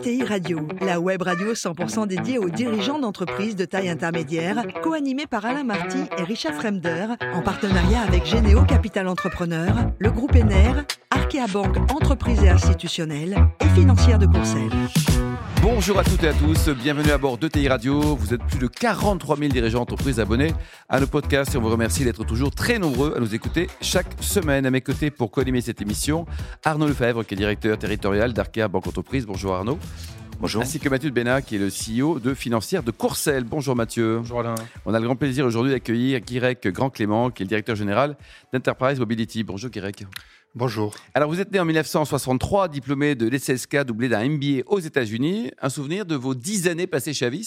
DTI Radio, la web radio 100% dédiée aux dirigeants d'entreprises de taille intermédiaire, co-animée par Alain Marty et Richard Fremder, en partenariat avec Généo Capital Entrepreneur, le groupe Ener, Arkea Banque Entreprises et Institutionnelles et Financière de Courcelles. Bonjour à toutes et à tous, bienvenue à bord de DTI Radio. Vous êtes plus de 43 000 dirigeants d'entreprises abonnés à nos podcasts et on vous remercie d'être toujours très nombreux à nous écouter chaque semaine. À mes côtés pour co-animer cette émission, Arnaud Lefebvre qui est directeur territorial d'Arkea Banque Entreprises. Bonjour Arnaud. Bonjour. Ainsi que Mathieu de Bénat qui est le CEO de Financière de Courcelles. Bonjour Mathieu. Bonjour Alain. On a le grand plaisir aujourd'hui d'accueillir Guirec Grand-Clément qui est le directeur général d'Enterprise Mobility. Bonjour Guirec. Bonjour. Alors vous êtes né en 1963, diplômé de l'ECSK, doublé d'un MBA aux États-Unis. Un souvenir de vos 10 années passées chez Avis ?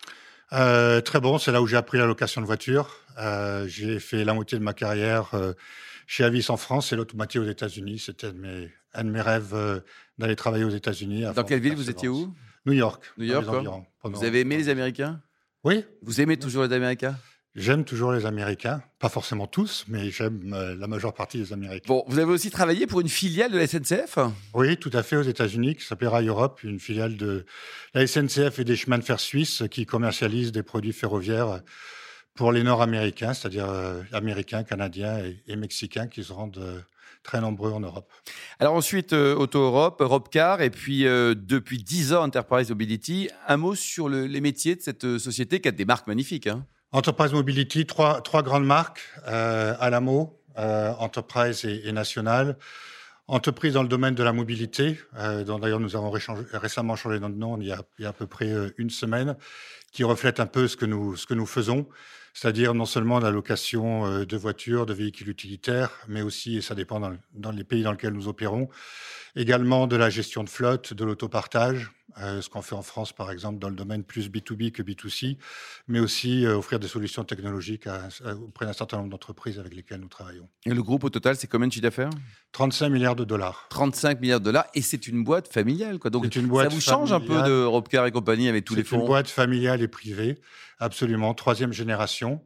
Très bon, c'est là où j'ai appris la location de voiture. J'ai fait la moitié de ma carrière chez Avis en France et l'autre moitié aux États-Unis. C'était un de mes rêves d'aller travailler aux États-Unis. Dans quelle ville vous étiez où ? New York. New York, quoi. Vous avez aimé les Américains ? Oui. Vous aimez toujours les Américains ? J'aime toujours les Américains, pas forcément tous, mais j'aime la majeure partie des Américains. Bon, vous avez aussi travaillé pour une filiale de la SNCF ? Oui, tout à fait, aux États-Unis, qui s'appelle Rail Europe, une filiale de la SNCF et des chemins de fer suisses qui commercialisent des produits ferroviaires pour les Nord-Américains, c'est-à-dire Américains, Canadiens et Mexicains qui se rendent très nombreux en Europe. Alors ensuite, Auto-Europe, Europcar, et puis depuis 10 ans, Enterprise Mobility. Un mot sur les métiers de cette société qui a des marques magnifiques, hein. Enterprise Mobility, trois grandes marques, Alamo, Enterprise et National. Entreprise dans le domaine de la mobilité, dont d'ailleurs nous avons récemment changé notre nom il y a à peu près une semaine, qui reflète un peu ce que nous faisons, c'est-à-dire non seulement la location de voitures, de véhicules utilitaires, mais aussi, et ça dépend dans les pays dans lesquels nous opérons, également de la gestion de flotte, de l'autopartage, ce qu'on fait en France par exemple dans le domaine plus B2B que B2C, mais aussi offrir des solutions technologiques auprès d'un certain nombre d'entreprises avec lesquelles nous travaillons. Et le groupe au total, c'est combien de chiffre d'affaires ? 35 milliards de dollars. 35 milliards de dollars, et c'est une boîte familiale, quoi. Donc c'est une boîte ça vous change un peu de Europcar et compagnie avec tous les fonds ? C'est une boîte familiale et privée, absolument, 3e génération.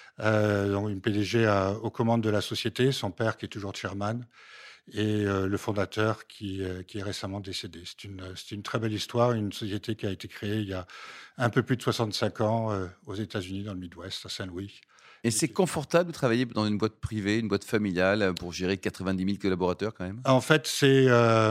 Donc une PDG aux commandes de la société, son père qui est toujours chairman, et le fondateur qui est récemment décédé. C'est une très belle histoire, une société qui a été créée il y a un peu plus de 65 ans aux États-Unis, dans le Midwest, à Saint-Louis. Et c'est confortable de travailler dans une boîte privée, une boîte familiale, pour gérer 90 000 collaborateurs quand même ? En fait, c'est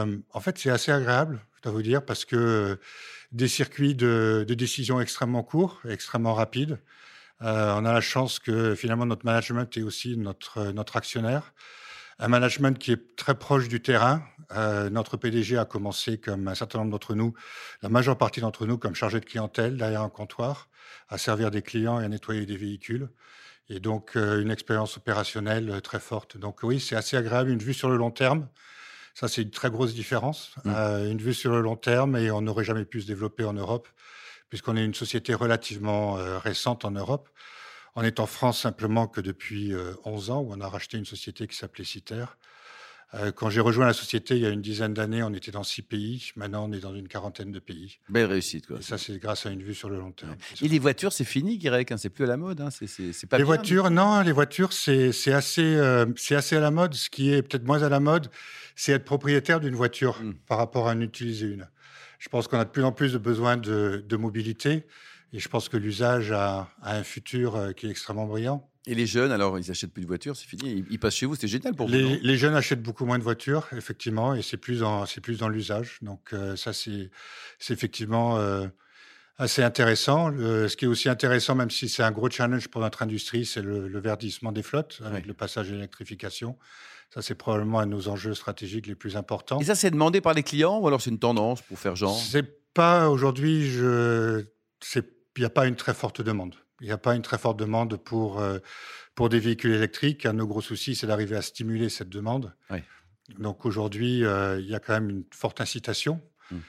assez agréable, je dois vous dire, parce que des circuits de décision extrêmement courts, extrêmement rapides. On a la chance que finalement notre management est aussi notre actionnaire. Un management qui est très proche du terrain. Notre PDG a commencé, comme un certain nombre d'entre nous, la majeure partie d'entre nous, comme chargé de clientèle derrière un comptoir, à servir des clients et à nettoyer des véhicules. Et donc, une expérience opérationnelle très forte. Donc oui, c'est assez agréable, une vue sur le long terme. Ça, c'est une très grosse différence. Une vue sur le long terme, et on n'aurait jamais pu se développer en Europe, puisqu'on est une société relativement récente en Europe. On est en France simplement que depuis 11 ans, où on a racheté une société qui s'appelait Citer. Quand j'ai rejoint la société il y a une dizaine d'années, on était dans 6 pays. Maintenant, on est dans une quarantaine de pays. Belle réussite, quoi. Et ça, c'est grâce à une vue sur le long terme. Et les voitures, c'est fini, Guirec, hein, c'est plus à la mode. Hein, c'est pas les bien, voitures, non, les voitures, c'est assez à la mode. Ce qui est peut-être moins à la mode, c'est être propriétaire d'une voiture par rapport à en utiliser une. Je pense qu'on a de plus en plus de besoin de mobilité. Et je pense que l'usage a un futur qui est extrêmement brillant. Et les jeunes, alors, ils achètent plus de voitures, c'est fini. Ils passent chez vous, c'est génial pour vous. Les jeunes achètent beaucoup moins de voitures, effectivement, et c'est plus dans l'usage. Donc ça, c'est effectivement assez intéressant. Ce qui est aussi intéressant, même si c'est un gros challenge pour notre industrie, c'est le verdissement des flottes avec le passage à l'électrification. Ça, c'est probablement un de nos enjeux stratégiques les plus importants. Et ça, c'est demandé par les clients ou alors c'est une tendance pour faire genre ? C'est pas aujourd'hui, il n'y a pas une très forte demande. Il n'y a pas une très forte demande pour des véhicules électriques. Un de nos gros soucis, c'est d'arriver à stimuler cette demande. Oui. Donc aujourd'hui, il y a quand même une forte incitation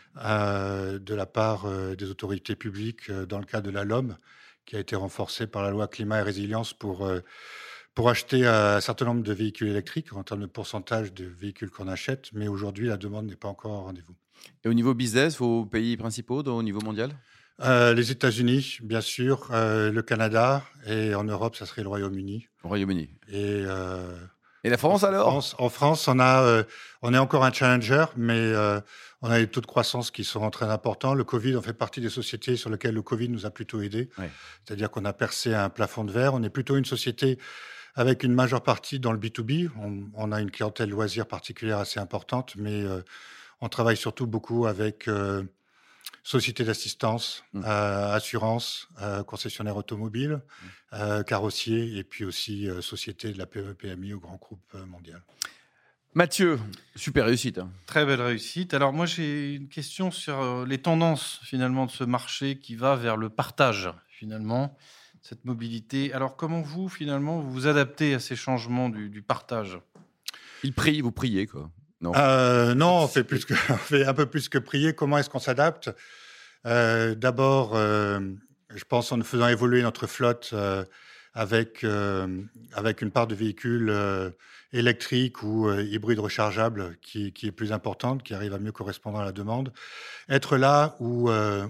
de la part des autorités publiques dans le cadre de la LOM, qui a été renforcée par la loi Climat et Résilience pour acheter un certain nombre de véhicules électriques en termes de pourcentage de véhicules qu'on achète. Mais aujourd'hui, la demande n'est pas encore au rendez-vous. Et au niveau business, vos pays principaux au niveau mondial ? Les États-Unis, bien sûr, le Canada, et en Europe, ça serait le Royaume-Uni. Au Royaume-Uni. Et Et la France alors? En France, on est encore un challenger, mais on a des taux de croissance qui sont très importants. Le Covid, on fait partie des sociétés sur lesquelles le Covid nous a plutôt aidés. Ouais. C'est-à-dire qu'on a percé un plafond de verre. On est plutôt une société avec une majeure partie dans le B2B. On a une clientèle loisir particulière assez importante, mais on travaille surtout beaucoup avec sociétés d'assistance, assurance, concessionnaires automobiles, carrossiers et puis aussi sociétés de la PME-PMI au grand groupe mondial. Mathieu, super réussite. Hein. Très belle réussite. Alors moi j'ai une question sur les tendances finalement de ce marché qui va vers le partage finalement, cette mobilité. Alors comment vous finalement vous vous adaptez à ces changements du partage? Il prie, vous priez quoi. Non, on fait un peu plus que prier. Comment est-ce qu'on s'adapte? D'abord, je pense en faisant évoluer notre flotte avec une part de véhicules électriques ou hybrides rechargeables qui est plus importante, qui arrive à mieux correspondre à la demande. Être là où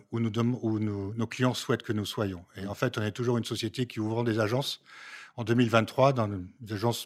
nos clients souhaitent que nous soyons. Et en fait, on est toujours une société qui ouvre des agences en 2023 dans des agences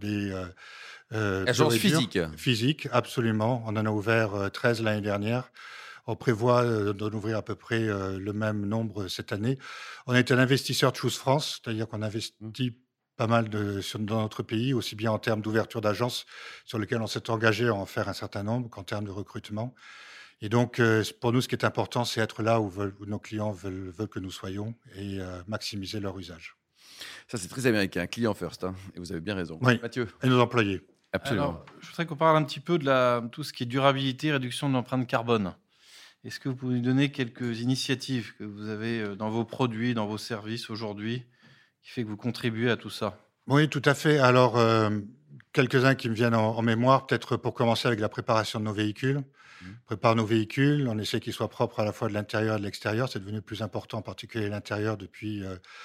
agences physiques, absolument. On en a ouvert 13 l'année dernière. On prévoit d'en ouvrir à peu près le même nombre cette année. On est un investisseur de Choose France, c'est-à-dire qu'on investit pas mal dans notre pays, aussi bien en termes d'ouverture d'agences sur lesquelles on s'est engagé à en faire un certain nombre qu'en termes de recrutement. Et donc, pour nous, ce qui est important, c'est être là où nos clients veulent que nous soyons et maximiser leur usage. Ça, c'est très américain, client first, hein, et vous avez bien raison. Oui, Mathieu. Et nos employés. Absolument. Alors, je voudrais qu'on parle un petit peu de tout ce qui est durabilité, réduction de l'empreinte carbone. Est-ce que vous pouvez nous donner quelques initiatives que vous avez dans vos produits, dans vos services aujourd'hui, qui fait que vous contribuez à tout ça? Oui, tout à fait. Alors, quelques-uns qui me viennent en mémoire, peut-être pour commencer avec la préparation de nos véhicules. On prépare nos véhicules, on essaie qu'ils soient propres à la fois de l'intérieur et de l'extérieur. C'est devenu plus important, en particulier l'intérieur, depuis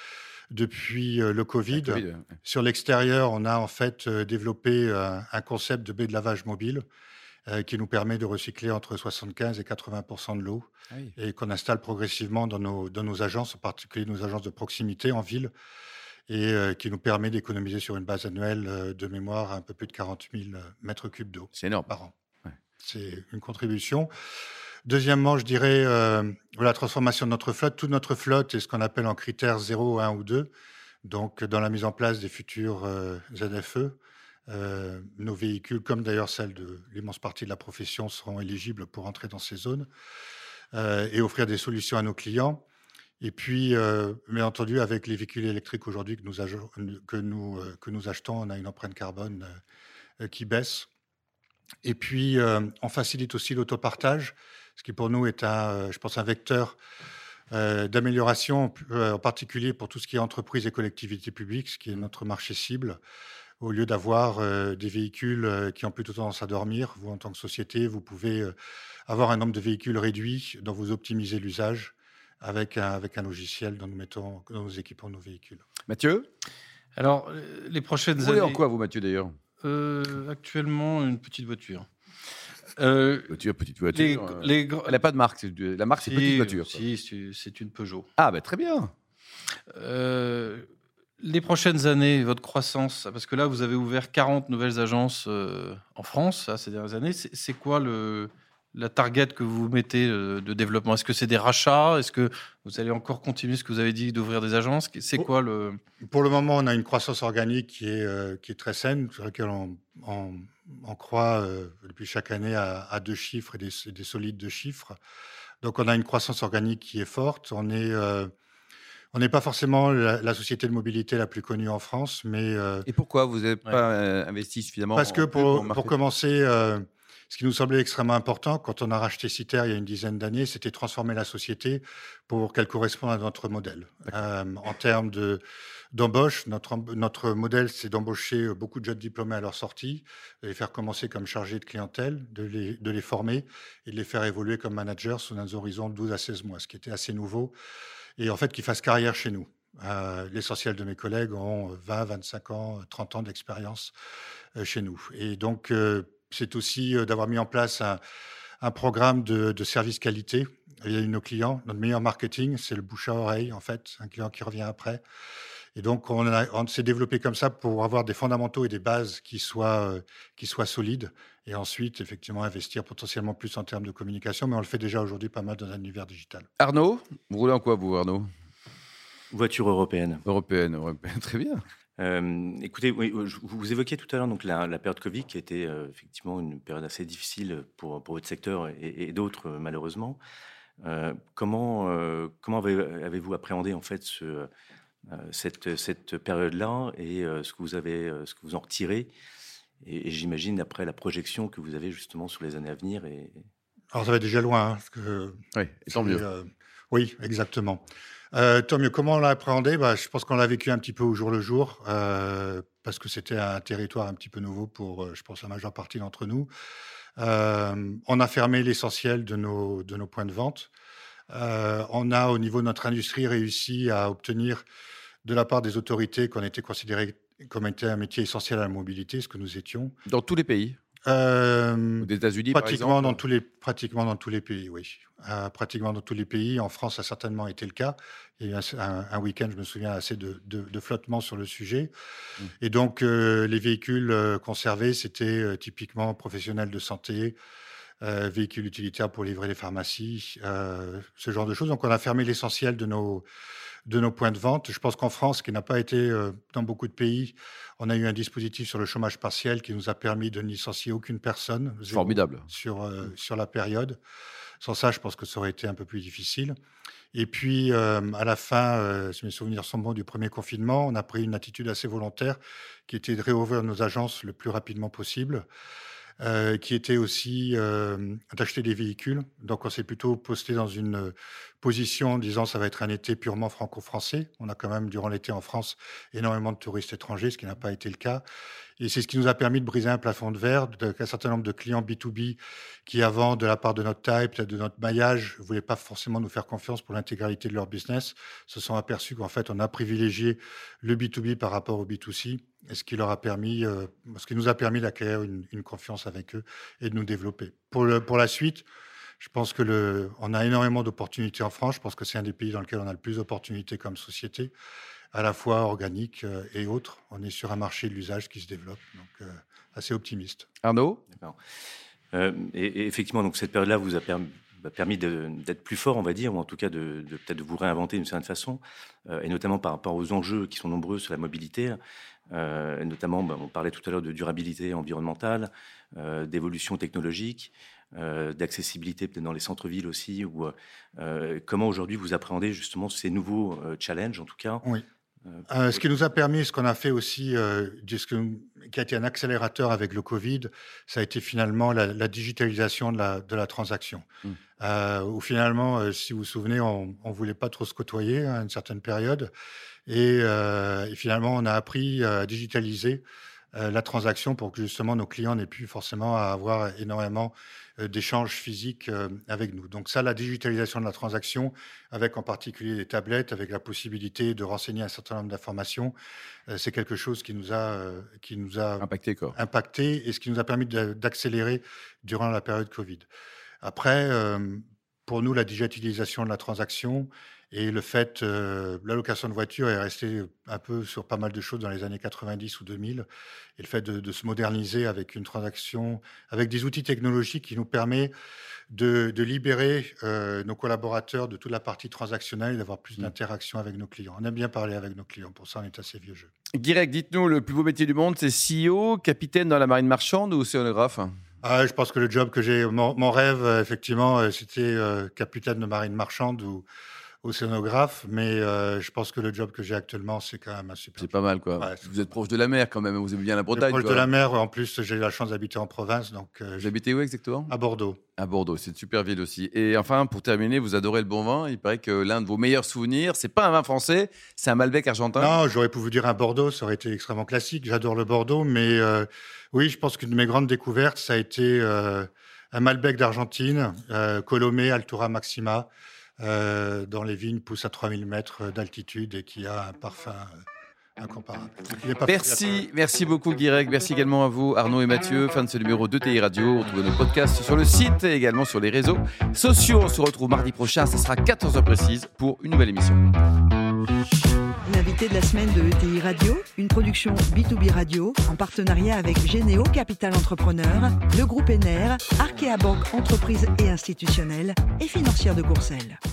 le Covid. Ouais. Sur l'extérieur, on a en fait développé un concept de baie de lavage mobile qui nous permet de recycler entre 75 et 80% de l'eau et qu'on installe progressivement dans nos agences, en particulier nos agences de proximité en ville, et qui nous permet d'économiser sur une base annuelle de mémoire un peu plus de 40 000 mètres cubes d'eau par an. Ouais. C'est une contribution. Deuxièmement, je dirais la transformation de notre flotte. Toute notre flotte est ce qu'on appelle en critères 0, 1 ou 2. Donc, dans la mise en place des futurs ZFE, nos véhicules, comme d'ailleurs celles de l'immense partie de la profession, seront éligibles pour entrer dans ces zones et offrir des solutions à nos clients. Et puis, bien entendu, avec les véhicules électriques aujourd'hui que nous achetons, on a une empreinte carbone qui baisse. Et puis, on facilite aussi l'autopartage, ce qui pour nous est je pense, un vecteur d'amélioration, en particulier pour tout ce qui est entreprises et collectivités publiques, ce qui est notre marché cible. Au lieu d'avoir des véhicules qui ont plutôt tendance à dormir, vous, en tant que société, vous pouvez avoir un nombre de véhicules réduit dont vous optimisez l'usage avec un logiciel dont nous équipons nos véhicules. Mathieu? Alors, les prochaines années... Vous années... en quoi, vous, Mathieu, d'ailleurs? Actuellement, une petite voiture. Petite voiture. Elle n'a pas de marque. La marque, c'est petite voiture. Si, c'est une Peugeot. Ah, très bien. Les prochaines années, votre croissance, parce que là, vous avez ouvert 40 nouvelles agences en France ces dernières années. C'est quoi la target que vous mettez de développement? Est-ce que c'est des rachats? Est-ce que vous allez encore continuer ce que vous avez dit d'ouvrir des agences? C'est quoi le... Pour le moment, on a une croissance organique qui est très saine, sur laquelle on croit depuis chaque année à 2 chiffres et des solides 2 chiffres. Donc, on a une croissance organique qui est forte. On n'est pas forcément la société de mobilité la plus connue en France, mais... Et pourquoi vous n'avez pas investi suffisamment? Parce que pour commencer, ce qui nous semblait extrêmement important, quand on a racheté Citer il y a une dizaine d'années, c'était transformer la société pour qu'elle corresponde à notre modèle. En termes d'embauche, notre modèle, c'est d'embaucher beaucoup de jeunes diplômés à leur sortie, de les faire commencer comme chargés de clientèle, de les former et de les faire évoluer comme managers sous un horizon de 12 à 16 mois, ce qui était assez nouveau. Et en fait, qu'ils fassent carrière chez nous. L'essentiel de mes collègues ont 20, 25 ans, 30 ans d'expérience chez nous. Et donc, c'est aussi d'avoir mis en place un programme de service qualité. Il y a nos clients, notre meilleur marketing, c'est le bouche à oreille, en fait, un client qui revient après. Et donc, on s'est développé comme ça pour avoir des fondamentaux et des bases qui soient solides. Et ensuite, effectivement, investir potentiellement plus en termes de communication. Mais on le fait déjà aujourd'hui pas mal dans un univers digital. Arnaud, vous roulez en quoi, vous, Arnaud ? Voiture européenne. Européenne, très bien. Écoutez, oui, vous évoquiez tout à l'heure donc la période Covid qui a été effectivement une période assez difficile pour votre secteur et d'autres malheureusement. Comment avez-vous appréhendé en fait cette période-là et ce que vous en retirez et j'imagine après la projection que vous avez justement sur les années à venir Alors ça va déjà loin, parce que oui, tant mieux. Oui, exactement. Tant mieux. Comment on l'a appréhendé ? Je pense qu'on l'a vécu un petit peu au jour le jour, parce que c'était un territoire un petit peu nouveau pour, je pense, la majeure partie d'entre nous. On a fermé l'essentiel de nos points de vente. On a, au niveau de notre industrie, réussi à obtenir de la part des autorités qu'on était considéré comme étant un métier essentiel à la mobilité, ce que nous étions. Dans tous les pays ? Aux États-Unis, par exemple ? Pratiquement dans tous les pays, oui. Pratiquement dans tous les pays. En France, ça a certainement été le cas. Il y a eu un week-end, je me souviens, assez de flottement sur le sujet. Et donc, les véhicules conservés, c'était typiquement professionnels de santé, véhicules utilitaires pour livrer les pharmacies, ce genre de choses. Donc, on a fermé l'essentiel de nos points de vente. Je pense qu'en France, qui n'a pas été dans beaucoup de pays, on a eu un dispositif sur le chômage partiel qui nous a permis de ne licencier aucune personne. Formidable. Sur la période. Sans ça, je pense que ça aurait été un peu plus difficile. Et puis, à la fin, si mes souvenirs sont bons, du premier confinement, on a pris une attitude assez volontaire qui était de réouvrir nos agences le plus rapidement possible. Qui était aussi d'acheter des véhicules. Donc, on s'est plutôt posté dans une position en disant ça va être un été purement franco-français. On a quand même, durant l'été en France, énormément de touristes étrangers, ce qui n'a pas été le cas. Et c'est ce qui nous a permis de briser un plafond de verre d'un certain nombre de clients B2B qui, avant, de la part de notre taille, peut-être de notre maillage, ne voulaient pas forcément nous faire confiance pour l'intégralité de leur business, se sont aperçus qu'en fait, on a privilégié le B2B par rapport au B2C, et ce qui nous a permis d'acquérir une confiance avec eux et de nous développer. Pour la suite, je pense on a énormément d'opportunités en France. Je pense que c'est un des pays dans lequel on a le plus d'opportunités comme société, à la fois organique et autres. On est sur un marché de l'usage qui se développe, donc assez optimiste. Arnaud ? D'accord. Et effectivement, donc cette période-là vous a permis d'être plus fort, on va dire, ou en tout cas peut-être de vous réinventer d'une certaine façon, et notamment par rapport aux enjeux qui sont nombreux sur la mobilité. Notamment, on parlait tout à l'heure de durabilité environnementale, d'évolution technologique, d'accessibilité peut-être dans les centres-villes aussi. Comment aujourd'hui vous appréhendez justement ces nouveaux challenges, en tout cas ? Oui. Ce qui nous a permis, ce qu'on a fait aussi, qui a été un accélérateur avec le Covid, ça a été finalement la digitalisation de la transaction. Où finalement, si vous vous souvenez, on ne voulait pas trop se côtoyer à une certaine période. Et finalement, on a appris à digitaliser la transaction pour que justement nos clients n'aient plus forcément à avoir énormément d'échanges physiques avec nous. Donc ça, la digitalisation de la transaction, avec en particulier les tablettes, avec la possibilité de renseigner un certain nombre d'informations, c'est quelque chose qui nous a impacté et ce qui nous a permis d'accélérer durant la période Covid. Après, pour nous, la digitalisation de la transaction et le fait, la location de voiture est restée un peu sur pas mal de choses dans les années 90 ou 2000. Et le fait de se moderniser avec une transaction, avec des outils technologiques qui nous permet de libérer nos collaborateurs de toute la partie transactionnelle et d'avoir plus d'interaction avec nos clients. On aime bien parler avec nos clients, pour ça on est assez vieux jeu. Guirec, dites-nous, le plus beau métier du monde, c'est CEO, capitaine dans la marine marchande ou océanographe ? Je pense que le job que j'ai, mon rêve, effectivement, c'était capitaine de marine marchande ou océanographe, mais je pense que le job que j'ai actuellement, c'est quand même un super. C'est pas mal, quoi. Ouais, vous êtes proche de la mer quand même, vous aimez bien la Bretagne. Proche de la mer, en plus, j'ai eu la chance d'habiter en province. Donc, vous habitez où exactement ? À Bordeaux. À Bordeaux, c'est une super ville aussi. Et enfin, pour terminer, vous adorez le bon vin. Il paraît que l'un de vos meilleurs souvenirs, c'est pas un vin français, c'est un Malbec argentin. Non, j'aurais pu vous dire un Bordeaux, ça aurait été extrêmement classique. J'adore le Bordeaux, mais oui, je pense qu'une de mes grandes découvertes, ça a été un Malbec d'Argentine, Colomé, Altura Maxima. Dans les vignes, pousse à 3000 mètres d'altitude et qui a un parfum incomparable. Merci beaucoup Guirec, merci également à vous Arnaud et Mathieu. Fin de ce numéro de TI Radio. Retrouvez nos podcasts sur le site et également sur les réseaux sociaux. On se retrouve mardi prochain, ça sera 14h précise pour une nouvelle émission. invités de la semaine de ETI Radio, une production B2B Radio en partenariat avec Généo Capital Entrepreneur, le groupe ENER, Arkea Banque Entreprise et Institutionnelle et Financière de Courcelles.